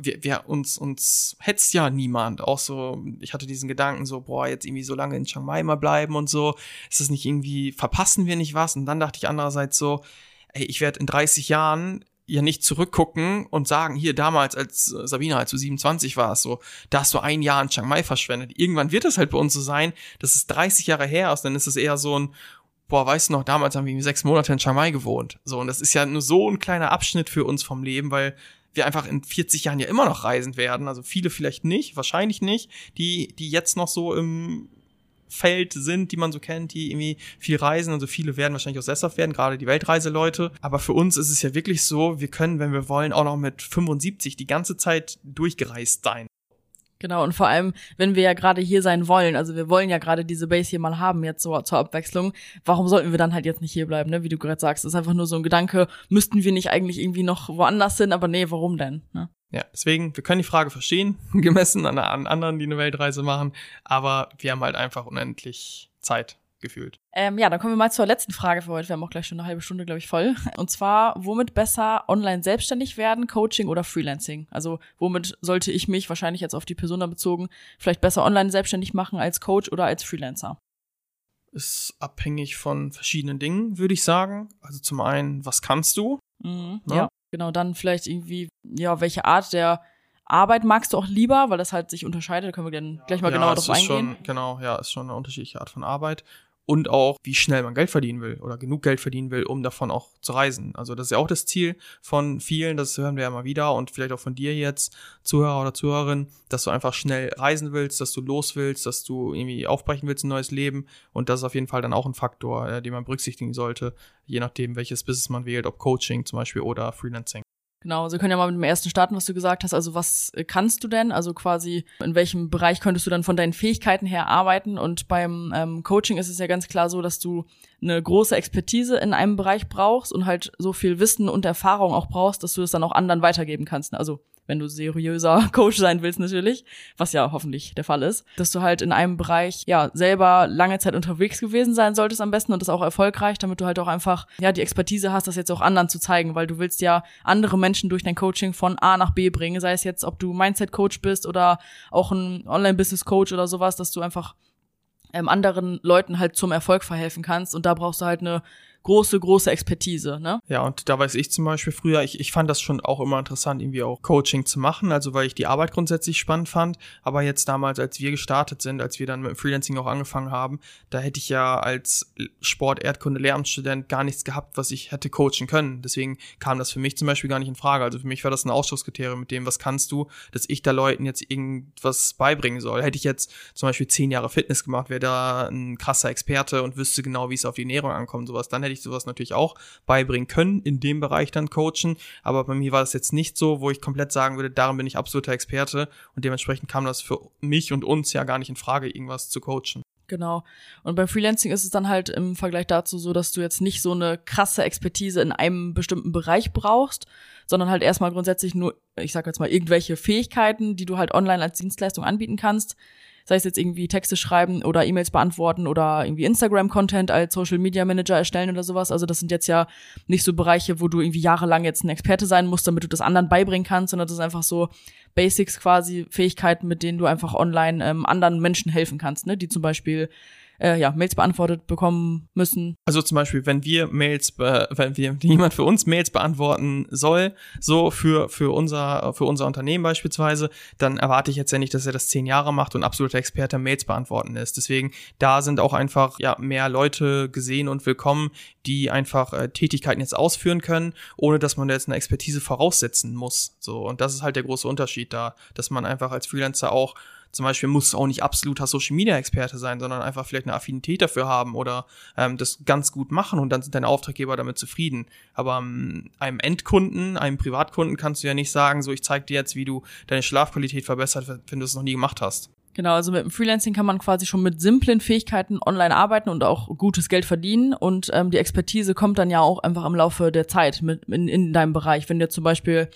uns hetzt ja niemand. Auch so, ich hatte diesen Gedanken so, jetzt irgendwie so lange in Chiang Mai mal bleiben und so. Ist das nicht irgendwie, verpassen wir nicht was? Und dann dachte ich andererseits so, ich werde in 30 Jahren ja nicht zurückgucken und sagen, hier damals, als Sabina, als du 27 warst, so, da hast du 1 Jahr in Chiang Mai verschwendet. Irgendwann wird es halt bei uns so sein, dass es 30 Jahre her ist, dann ist es eher so ein, weißt du noch, damals haben wir irgendwie 6 Monate in Chiang Mai gewohnt. So, und das ist ja nur so ein kleiner Abschnitt für uns vom Leben, weil wir einfach in 40 Jahren ja immer noch reisend werden. Also viele vielleicht nicht, wahrscheinlich nicht, die jetzt noch so im Feld sind, die man so kennt, die irgendwie viel reisen. Also viele werden wahrscheinlich auch sesshaft werden, gerade die Weltreiseleute. Aber für uns ist es ja wirklich so, wir können, wenn wir wollen, auch noch mit 75 die ganze Zeit durchgereist sein. Genau, und vor allem, wenn wir ja gerade hier sein wollen, also wir wollen ja gerade diese Base hier mal haben, jetzt so zur Abwechslung, warum sollten wir dann halt jetzt nicht hier bleiben, ne? Wie du gerade sagst, ist einfach nur so ein Gedanke, müssten wir nicht eigentlich irgendwie noch woanders hin, aber nee, warum denn, ne? Ja, deswegen, wir können die Frage verstehen, gemessen an anderen, die eine Weltreise machen, aber wir haben halt einfach unendlich Zeit gefühlt. Ja, dann kommen wir mal zur letzten Frage für heute. Wir haben auch gleich schon eine halbe Stunde, glaube ich, voll. Und zwar, womit besser online selbstständig werden, Coaching oder Freelancing? Also womit sollte ich mich, wahrscheinlich jetzt auf die Person dann bezogen, vielleicht besser online selbstständig machen als Coach oder als Freelancer? Ist abhängig von verschiedenen Dingen, würde ich sagen. Also zum einen, was kannst du? Mhm, ja, genau. Dann vielleicht irgendwie, ja, welche Art der Arbeit magst du auch lieber, weil das halt sich unterscheidet. Da können wir dann gleich mal genauer drauf eingehen. Ist schon eine unterschiedliche Art von Arbeit. Und auch, wie schnell man Geld verdienen will oder genug Geld verdienen will, um davon auch zu reisen. Also das ist ja auch das Ziel von vielen, das hören wir ja mal wieder und vielleicht auch von dir jetzt, Zuhörer oder Zuhörerin, dass du einfach schnell reisen willst, dass du los willst, dass du irgendwie aufbrechen willst, ein neues Leben. Und das ist auf jeden Fall dann auch ein Faktor, den man berücksichtigen sollte, je nachdem, welches Business man wählt, ob Coaching zum Beispiel oder Freelancing. Genau, also wir können ja mal mit dem ersten starten, was du gesagt hast. Also was kannst du denn? Also quasi in welchem Bereich könntest du dann von deinen Fähigkeiten her arbeiten? Und beim Coaching ist es ja ganz klar so, dass du eine große Expertise in einem Bereich brauchst und halt so viel Wissen und Erfahrung auch brauchst, dass du das dann auch anderen weitergeben kannst. Also wenn du seriöser Coach sein willst natürlich, was ja hoffentlich der Fall ist, dass du halt in einem Bereich ja selber lange Zeit unterwegs gewesen sein solltest am besten und das auch erfolgreich, damit du halt auch einfach ja die Expertise hast, das jetzt auch anderen zu zeigen, weil du willst ja andere Menschen durch dein Coaching von A nach B bringen, sei es jetzt, ob du Mindset-Coach bist oder auch ein Online-Business-Coach oder sowas, dass du einfach anderen Leuten halt zum Erfolg verhelfen kannst und da brauchst du halt eine große Expertise, ne? Ja, und da weiß ich zum Beispiel früher, ich fand das schon auch immer interessant, irgendwie auch Coaching zu machen, also weil ich die Arbeit grundsätzlich spannend fand, aber jetzt damals, als wir gestartet sind, als wir dann mit dem Freelancing auch angefangen haben, da hätte ich ja als Sport-Erdkunde-Lehramtsstudent gar nichts gehabt, was ich hätte coachen können, deswegen kam das für mich zum Beispiel gar nicht in Frage, also für mich war das ein Ausschlusskriterium mit dem, was kannst du, dass ich da Leuten jetzt irgendwas beibringen soll. Hätte ich jetzt zum Beispiel 10 Jahre Fitness gemacht, wäre da ein krasser Experte und wüsste genau, wie es auf die Ernährung ankommt, sowas, dann hätte ich sowas natürlich auch beibringen können, in dem Bereich dann coachen, aber bei mir war das jetzt nicht so, wo ich komplett sagen würde, darin bin ich absoluter Experte und dementsprechend kam das für mich und uns ja gar nicht in Frage, irgendwas zu coachen. Genau. Und beim Freelancing ist es dann halt im Vergleich dazu so, dass du jetzt nicht so eine krasse Expertise in einem bestimmten Bereich brauchst, sondern halt erstmal grundsätzlich nur, ich sag jetzt mal, irgendwelche Fähigkeiten, die du halt online als Dienstleistung anbieten kannst. Sei es jetzt irgendwie Texte schreiben oder E-Mails beantworten oder irgendwie Instagram-Content als Social-Media-Manager erstellen oder sowas. Also das sind jetzt ja nicht so Bereiche, wo du irgendwie jahrelang jetzt ein Experte sein musst, damit du das anderen beibringen kannst, sondern das ist einfach so Basics quasi, Fähigkeiten, mit denen du einfach online anderen Menschen helfen kannst, ne? Die zum Beispiel Mails beantwortet bekommen müssen. Also zum Beispiel, wenn jemand für uns Mails beantworten soll, so für unser Unternehmen beispielsweise, dann erwarte ich jetzt ja nicht, dass er das 10 Jahre macht und absoluter Experte am Mails beantworten ist. Deswegen, da sind auch einfach mehr Leute gesehen und willkommen, die einfach Tätigkeiten jetzt ausführen können, ohne dass man da jetzt eine Expertise voraussetzen muss. So, und das ist halt der große Unterschied da, dass man einfach als Freelancer auch zum Beispiel muss auch nicht absoluter Social-Media-Experte sein, sondern einfach vielleicht eine Affinität dafür haben oder das ganz gut machen und dann sind deine Auftraggeber damit zufrieden. Aber einem Endkunden, einem Privatkunden kannst du ja nicht sagen, so ich zeig dir jetzt, wie du deine Schlafqualität verbessert, wenn du es noch nie gemacht hast. Genau, also mit dem Freelancing kann man quasi schon mit simplen Fähigkeiten online arbeiten und auch gutes Geld verdienen und die Expertise kommt dann ja auch einfach im Laufe der Zeit in deinem Bereich. Wenn du zum Beispiel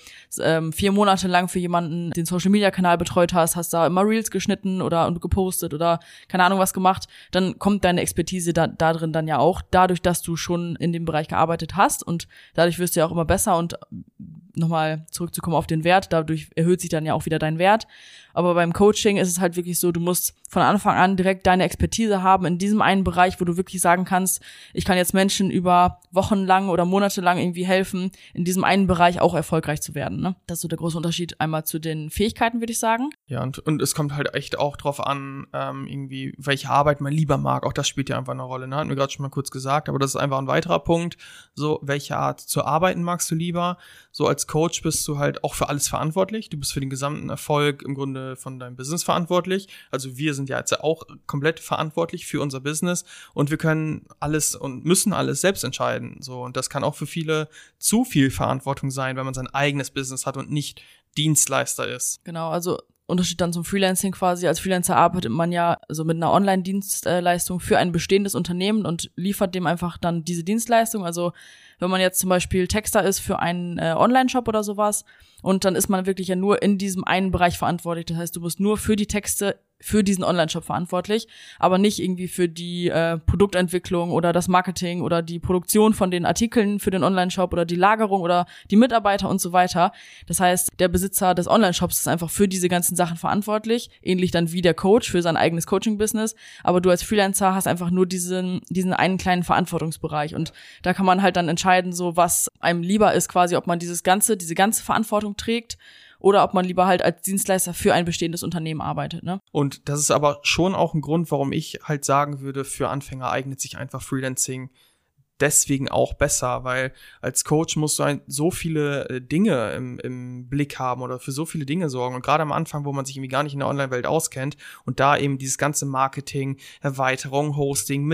4 Monate lang für jemanden den Social-Media-Kanal betreut hast da immer Reels geschnitten oder und gepostet oder keine Ahnung was gemacht, dann kommt deine Expertise da drin dann ja auch, dadurch, dass du schon in dem Bereich gearbeitet hast und dadurch wirst du ja auch immer besser und nochmal zurückzukommen auf den Wert, dadurch erhöht sich dann ja auch wieder dein Wert. Aber beim Coaching ist es halt wirklich so, du musst von Anfang an direkt deine Expertise haben in diesem einen Bereich, wo du wirklich sagen kannst, ich kann jetzt Menschen über Wochen lang oder Monate lang irgendwie helfen, in diesem einen Bereich auch erfolgreich zu werden. Ne? Das ist so der große Unterschied einmal zu den Fähigkeiten, würde ich sagen. Ja, und es kommt halt echt auch drauf an, irgendwie, welche Arbeit man lieber mag. Auch das spielt ja einfach eine Rolle, ne? Hatten wir gerade schon mal kurz gesagt, aber das ist einfach ein weiterer Punkt. So, welche Art zu arbeiten magst du lieber? So als Coach bist du halt auch für alles verantwortlich. Du bist für den gesamten Erfolg im Grunde von deinem Business verantwortlich. Also wir sind ja jetzt auch komplett verantwortlich für unser Business und wir können alles und müssen alles selbst entscheiden. So, und das kann auch für viele zu viel Verantwortung sein, wenn man sein eigenes Business hat und nicht Dienstleister ist. Genau, also Unterschied dann zum Freelancing quasi. Als Freelancer arbeitet man ja so mit einer Online-Dienstleistung für ein bestehendes Unternehmen und liefert dem einfach dann diese Dienstleistung. Also wenn man jetzt zum Beispiel Texter ist für einen Online-Shop oder sowas und dann ist man wirklich ja nur in diesem einen Bereich verantwortlich. Das heißt, du bist nur für die Texte für diesen Online-Shop verantwortlich, aber nicht irgendwie für die Produktentwicklung oder das Marketing oder die Produktion von den Artikeln für den Online-Shop oder die Lagerung oder die Mitarbeiter und so weiter. Das heißt, der Besitzer des Online-Shops ist einfach für diese ganzen Sachen verantwortlich, ähnlich dann wie der Coach für sein eigenes Coaching-Business, aber du als Freelancer hast einfach nur diesen einen kleinen Verantwortungsbereich und da kann man halt dann entscheiden, so was einem lieber ist quasi, ob man diese ganze Verantwortung trägt oder ob man lieber halt als Dienstleister für ein bestehendes Unternehmen arbeitet, ne? Und das ist aber schon auch ein Grund, warum ich halt sagen würde, für Anfänger eignet sich einfach Freelancing deswegen auch besser, weil als Coach musst du so viele Dinge im Blick haben oder für so viele Dinge sorgen und gerade am Anfang, wo man sich irgendwie gar nicht in der Online-Welt auskennt und da eben dieses ganze Marketing, Erweiterung, Hosting,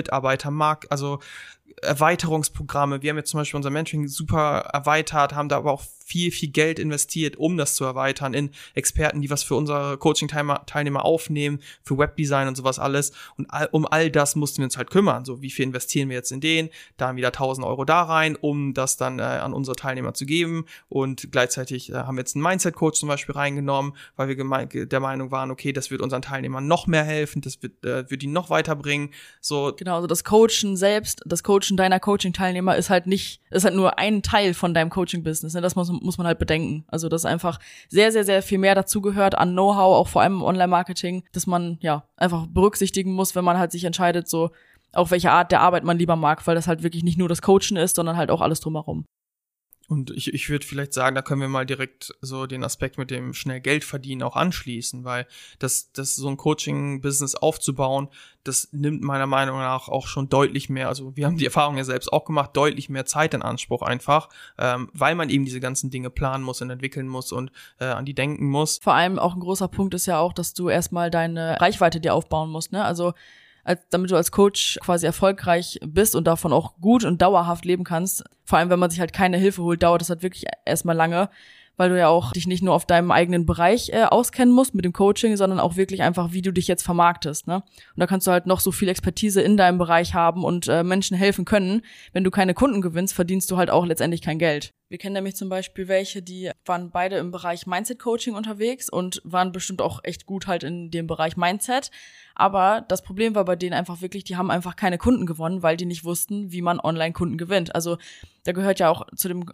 also Erweiterungsprogramme. Wir haben jetzt zum Beispiel unser Mentoring super erweitert, haben da aber auch viel Geld investiert, um das zu erweitern, in Experten, die was für unsere Coaching-Teilnehmer aufnehmen, für Webdesign und sowas alles. Und um all das mussten wir uns halt kümmern. So, wie viel investieren wir jetzt in den? Da haben wieder 1.000 Euro da rein, um das dann an unsere Teilnehmer zu geben. Und gleichzeitig haben wir jetzt einen Mindset-Coach zum Beispiel reingenommen, weil wir der Meinung waren, okay, das wird unseren Teilnehmern noch mehr helfen, das wird ihn noch weiterbringen. So. Genau, also das Coachen deiner Coaching-Teilnehmer ist halt nur ein Teil von deinem Coaching-Business. Ne? Das muss man halt bedenken. Also, dass einfach sehr, sehr, sehr viel mehr dazugehört an Know-how, auch vor allem im Online-Marketing, dass man ja einfach berücksichtigen muss, wenn man halt sich entscheidet, so auch welche Art der Arbeit man lieber mag, weil das halt wirklich nicht nur das Coachen ist, sondern halt auch alles drumherum. Und ich würde vielleicht sagen, da können wir mal direkt so den Aspekt mit dem schnell Geld verdienen auch anschließen, weil das so ein Coaching-Business aufzubauen, das nimmt meiner Meinung nach auch schon deutlich mehr, also wir haben die Erfahrung ja selbst auch gemacht, deutlich mehr Zeit in Anspruch einfach, weil man eben diese ganzen Dinge planen muss und entwickeln muss und an die denken muss. Vor allem auch ein großer Punkt ist ja auch, dass du erstmal deine Reichweite dir aufbauen musst, ne? Also damit du als Coach quasi erfolgreich bist und davon auch gut und dauerhaft leben kannst. Vor allem, wenn man sich halt keine Hilfe holt, dauert das halt wirklich erstmal lange, weil du ja auch dich nicht nur auf deinem eigenen Bereich auskennen musst mit dem Coaching, sondern auch wirklich einfach, wie du dich jetzt vermarktest, ne? Und da kannst du halt noch so viel Expertise in deinem Bereich haben und Menschen helfen können. Wenn du keine Kunden gewinnst, verdienst du halt auch letztendlich kein Geld. Wir kennen nämlich zum Beispiel welche, die waren beide im Bereich Mindset-Coaching unterwegs und waren bestimmt auch echt gut halt in dem Bereich Mindset. Aber das Problem war bei denen einfach wirklich, die haben einfach keine Kunden gewonnen, weil die nicht wussten, wie man Online-Kunden gewinnt. Also da gehört ja auch zu einem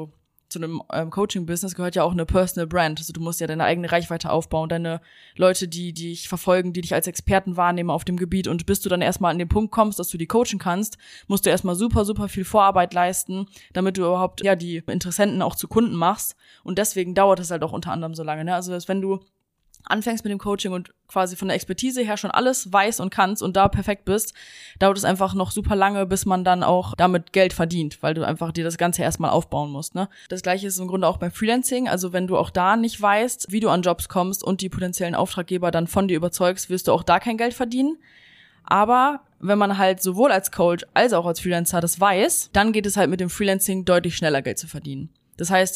Coaching-Business gehört ja auch eine Personal Brand. Also du musst ja deine eigene Reichweite aufbauen, deine Leute, die dich verfolgen, die dich als Experten wahrnehmen auf dem Gebiet. Und bis du dann erstmal an den Punkt kommst, dass du die coachen kannst, musst du erstmal super, super viel Vorarbeit leisten, damit du überhaupt ja die Interessenten auch zu Kunden machst. Und deswegen dauert es halt auch unter anderem so lange, ne? Also dass wenn du anfängst mit dem Coaching und quasi von der Expertise her schon alles weißt und kannst und da perfekt bist, dauert es einfach noch super lange, bis man dann auch damit Geld verdient, weil du einfach dir das Ganze erstmal aufbauen musst, ne? Das Gleiche ist im Grunde auch beim Freelancing, also wenn du auch da nicht weißt, wie du an Jobs kommst und die potenziellen Auftraggeber dann von dir überzeugst, wirst du auch da kein Geld verdienen. Aber wenn man halt sowohl als Coach als auch als Freelancer das weiß, dann geht es halt mit dem Freelancing deutlich schneller Geld zu verdienen. Das heißt,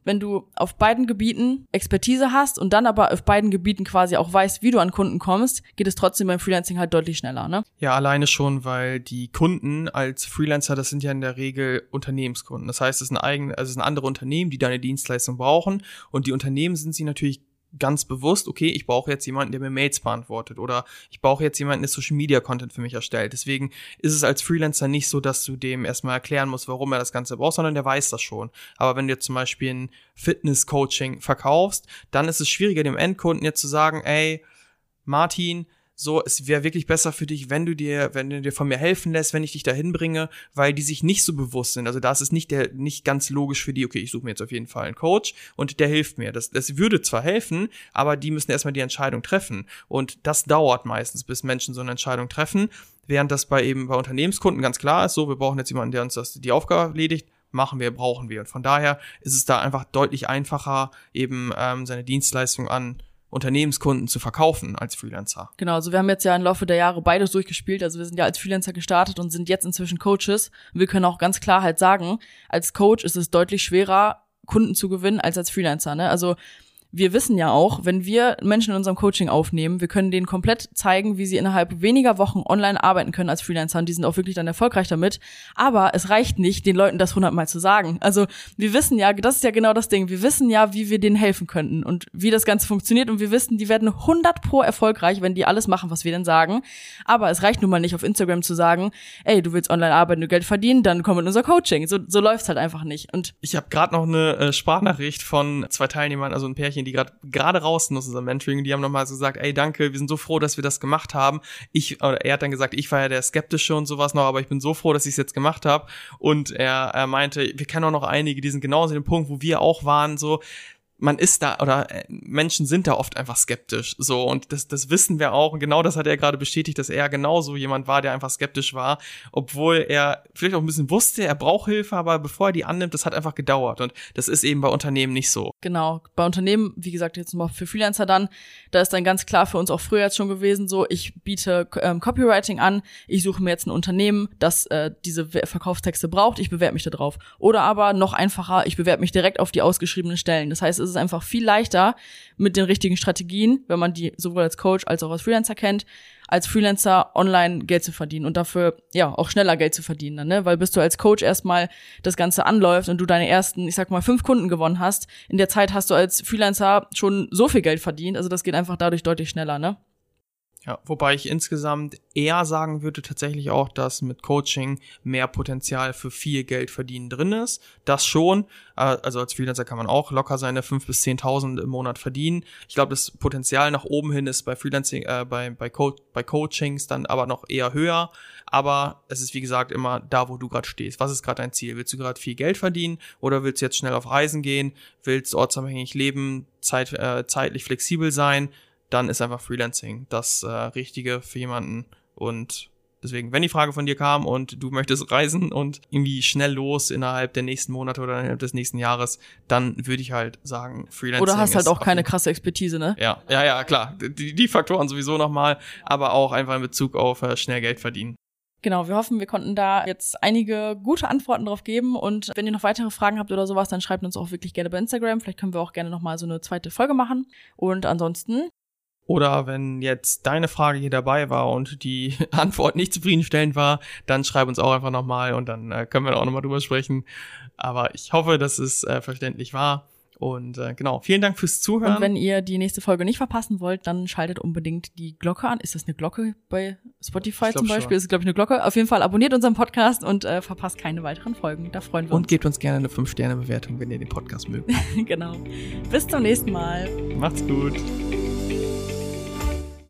wenn du auf beiden Gebieten Expertise hast und dann aber auf beiden Gebieten quasi auch weißt, wie du an Kunden kommst, geht es trotzdem beim Freelancing halt deutlich schneller, ne? Ja, alleine schon, weil die Kunden als Freelancer, das sind ja in der Regel Unternehmenskunden. Das heißt, es sind andere Unternehmen, die deine Dienstleistung brauchen, und die Unternehmen sind sich natürlich ganz bewusst, okay, ich brauche jetzt jemanden, der mir Mails beantwortet, oder ich brauche jetzt jemanden, der Social-Media-Content für mich erstellt. Deswegen ist es als Freelancer nicht so, dass du dem erstmal erklären musst, warum er das Ganze braucht, sondern der weiß das schon. Aber wenn du jetzt zum Beispiel ein Fitness-Coaching verkaufst, dann ist es schwieriger, dem Endkunden jetzt zu sagen, ey, Martin, so, es wäre wirklich besser für dich, wenn du dir von mir helfen lässt, wenn ich dich dahin bringe, weil die sich nicht so bewusst sind. Also da ist es nicht ganz logisch für die, okay, ich suche mir jetzt auf jeden Fall einen Coach und der hilft mir. Das würde zwar helfen, aber die müssen erstmal die Entscheidung treffen. Und das dauert meistens, bis Menschen so eine Entscheidung treffen, während das bei Unternehmenskunden ganz klar ist, so, wir brauchen jetzt jemanden, der uns die Aufgabe erledigt, brauchen wir. Und von daher ist es da einfach deutlich einfacher, seine Dienstleistung an Unternehmenskunden zu verkaufen als Freelancer. Genau, also wir haben jetzt ja im Laufe der Jahre beides durchgespielt, also wir sind ja als Freelancer gestartet und sind jetzt inzwischen Coaches. Wir können auch ganz klar halt sagen, als Coach ist es deutlich schwerer, Kunden zu gewinnen als Freelancer, ne? Also wir wissen ja auch, wenn wir Menschen in unserem Coaching aufnehmen, wir können denen komplett zeigen, wie sie innerhalb weniger Wochen online arbeiten können als Freelancer, und die sind auch wirklich dann erfolgreich damit. Aber es reicht nicht, den Leuten das 100-mal zu sagen. Also wir wissen ja, das ist ja genau das Ding, wir wissen ja, wie wir denen helfen könnten und wie das Ganze funktioniert, und wir wissen, die werden 100% erfolgreich, wenn die alles machen, was wir denn sagen. Aber es reicht nun mal nicht, auf Instagram zu sagen, ey, du willst online arbeiten, du Geld verdienen, dann komm in unser Coaching. So läuft's halt einfach nicht. Und ich habe gerade noch eine Sprachnachricht von 2 Teilnehmern, also ein Pärchen, die gerade raus sind aus unserem Mentoring, die haben nochmal so gesagt, ey, danke, wir sind so froh, dass wir das gemacht haben. Er hat dann gesagt, ich war ja der Skeptische und sowas noch, aber ich bin so froh, dass ich es jetzt gemacht habe. Und er meinte, wir kennen auch noch einige, die sind genauso in dem Punkt, wo wir auch waren, so, man ist da, oder Menschen sind da oft einfach skeptisch, so, und das wissen wir auch, und genau das hat er gerade bestätigt, dass er genauso jemand war, der einfach skeptisch war, obwohl er vielleicht auch ein bisschen wusste, er braucht Hilfe, aber bevor er die annimmt, das hat einfach gedauert, und das ist eben bei Unternehmen nicht so. Genau, bei Unternehmen, wie gesagt, jetzt nochmal für Freelancer dann, da ist dann ganz klar für uns auch früher jetzt schon gewesen, so, ich biete Copywriting an, ich suche mir jetzt ein Unternehmen, das diese Verkaufstexte braucht, ich bewerbe mich da drauf. Oder aber noch einfacher, ich bewerbe mich direkt auf die ausgeschriebenen Stellen. Das heißt, es ist einfach viel leichter mit den richtigen Strategien, wenn man die sowohl als Coach als auch als Freelancer kennt, als Freelancer online Geld zu verdienen und dafür ja auch schneller Geld zu verdienen dann, ne? Weil bis du als Coach erstmal das Ganze anläuft und du deine ersten, ich sag mal, 5 Kunden gewonnen hast, in der Zeit hast du als Freelancer schon so viel Geld verdient, also das geht einfach dadurch deutlich schneller, ne? Ja, wobei ich insgesamt eher sagen würde tatsächlich auch, dass mit Coaching mehr Potenzial für viel Geld verdienen drin ist. Das schon. Also als Freelancer kann man auch locker seine 5.000 bis 10.000 im Monat verdienen. Ich glaube, das Potenzial nach oben hin ist bei Freelancing, bei Coachings dann aber noch eher höher. Aber es ist wie gesagt immer da, wo du gerade stehst. Was ist gerade dein Ziel? Willst du gerade viel Geld verdienen oder willst du jetzt schnell auf Reisen gehen? Willst du ortsabhängig leben, zeitlich flexibel sein? Dann ist einfach Freelancing das Richtige für jemanden. Und deswegen, wenn die Frage von dir kam und du möchtest reisen und irgendwie schnell los innerhalb der nächsten Monate oder innerhalb des nächsten Jahres, dann würde ich halt sagen, Freelancing. Oder hast halt auch keine krasse Expertise, ne? Ja, klar. Die Faktoren sowieso nochmal, aber auch einfach in Bezug auf schnell Geld verdienen. Genau, wir hoffen, wir konnten da jetzt einige gute Antworten drauf geben, und wenn ihr noch weitere Fragen habt oder sowas, dann schreibt uns auch wirklich gerne bei Instagram. Vielleicht können wir auch gerne nochmal so eine zweite Folge machen. Und ansonsten... Oder wenn jetzt deine Frage hier dabei war und die Antwort nicht zufriedenstellend war, dann schreib uns auch einfach nochmal und dann können wir da auch nochmal drüber sprechen. Aber ich hoffe, dass es verständlich war. Und genau, vielen Dank fürs Zuhören. Und wenn ihr die nächste Folge nicht verpassen wollt, dann schaltet unbedingt die Glocke an. Ist das eine Glocke bei Spotify zum Beispiel? Schon. Ist, glaube ich, eine Glocke. Auf jeden Fall abonniert unseren Podcast und verpasst keine weiteren Folgen. Da freuen wir uns. Und gebt uns gerne eine 5-Sterne-Bewertung, wenn ihr den Podcast mögt. Genau. Bis zum nächsten Mal. Macht's gut.